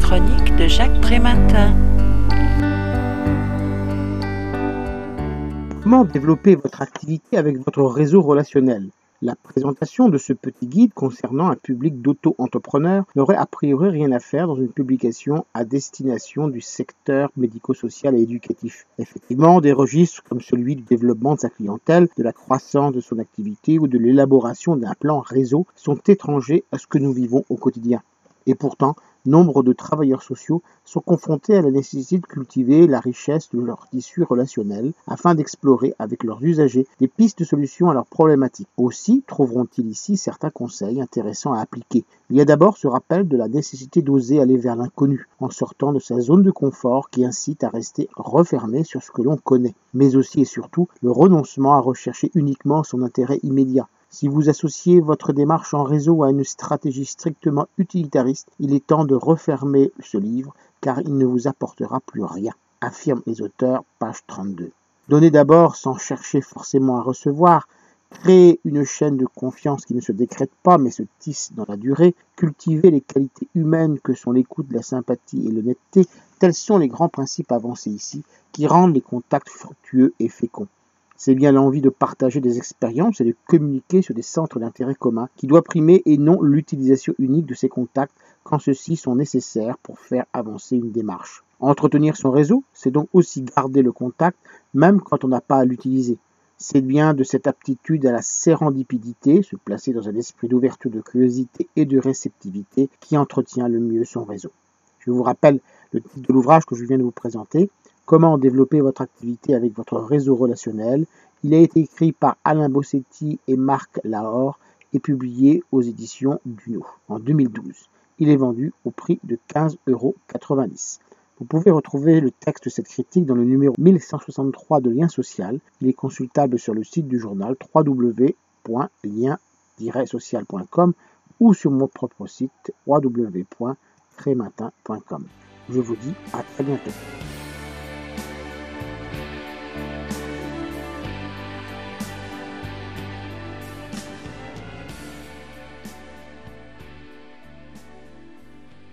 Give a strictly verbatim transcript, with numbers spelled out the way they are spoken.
chronique de Jacques Prématin. Comment développer votre activité avec votre réseau relationnel? La présentation de ce petit guide concernant un public d'auto-entrepreneurs n'aurait a priori rien à faire dans une publication à destination du secteur médico-social et éducatif. Effectivement, des registres comme celui du développement de sa clientèle, de la croissance de son activité ou de l'élaboration d'un plan réseau sont étrangers à ce que nous vivons au quotidien. Et pourtant, nombre de travailleurs sociaux sont confrontés à la nécessité de cultiver la richesse de leur tissu relationnel afin d'explorer avec leurs usagers des pistes de solutions à leurs problématiques. Aussi trouveront-ils ici certains conseils intéressants à appliquer. Il y a d'abord ce rappel de la nécessité d'oser aller vers l'inconnu en sortant de sa zone de confort qui incite à rester refermé sur ce que l'on connaît, mais aussi et surtout le renoncement à rechercher uniquement son intérêt immédiat. Si vous associez votre démarche en réseau à une stratégie strictement utilitariste, il est temps de refermer ce livre car il ne vous apportera plus rien, affirment les auteurs, page trente-deux. Donnez d'abord sans chercher forcément à recevoir, créez une chaîne de confiance qui ne se décrète pas mais se tisse dans la durée, cultivez les qualités humaines que sont l'écoute, la sympathie et l'honnêteté, tels sont les grands principes avancés ici qui rendent les contacts fructueux et féconds. C'est bien l'envie de partager des expériences et de communiquer sur des centres d'intérêt commun qui doit primer et non l'utilisation unique de ces contacts quand ceux-ci sont nécessaires pour faire avancer une démarche. Entretenir son réseau, c'est donc aussi garder le contact même quand on n'a pas à l'utiliser. C'est bien de cette aptitude à la sérendipité, se placer dans un esprit d'ouverture, de curiosité et de réceptivité qui entretient le mieux son réseau. Je vous rappelle le titre de l'ouvrage que je viens de vous présenter. Comment développer votre activité avec votre réseau relationnel. Il a été écrit par Alain Bossetti et Marc Lahore et publié aux éditions Duno en deux mille douze. Il est vendu au prix de quinze euros quatre-vingt-dix. Vous pouvez retrouver le texte de cette critique dans le numéro mille cent soixante-trois de Lien Social. Il est consultable sur le site du journal w w w point lien tiret social point com ou sur mon propre site w w w point prématin point com. Je vous dis à très bientôt.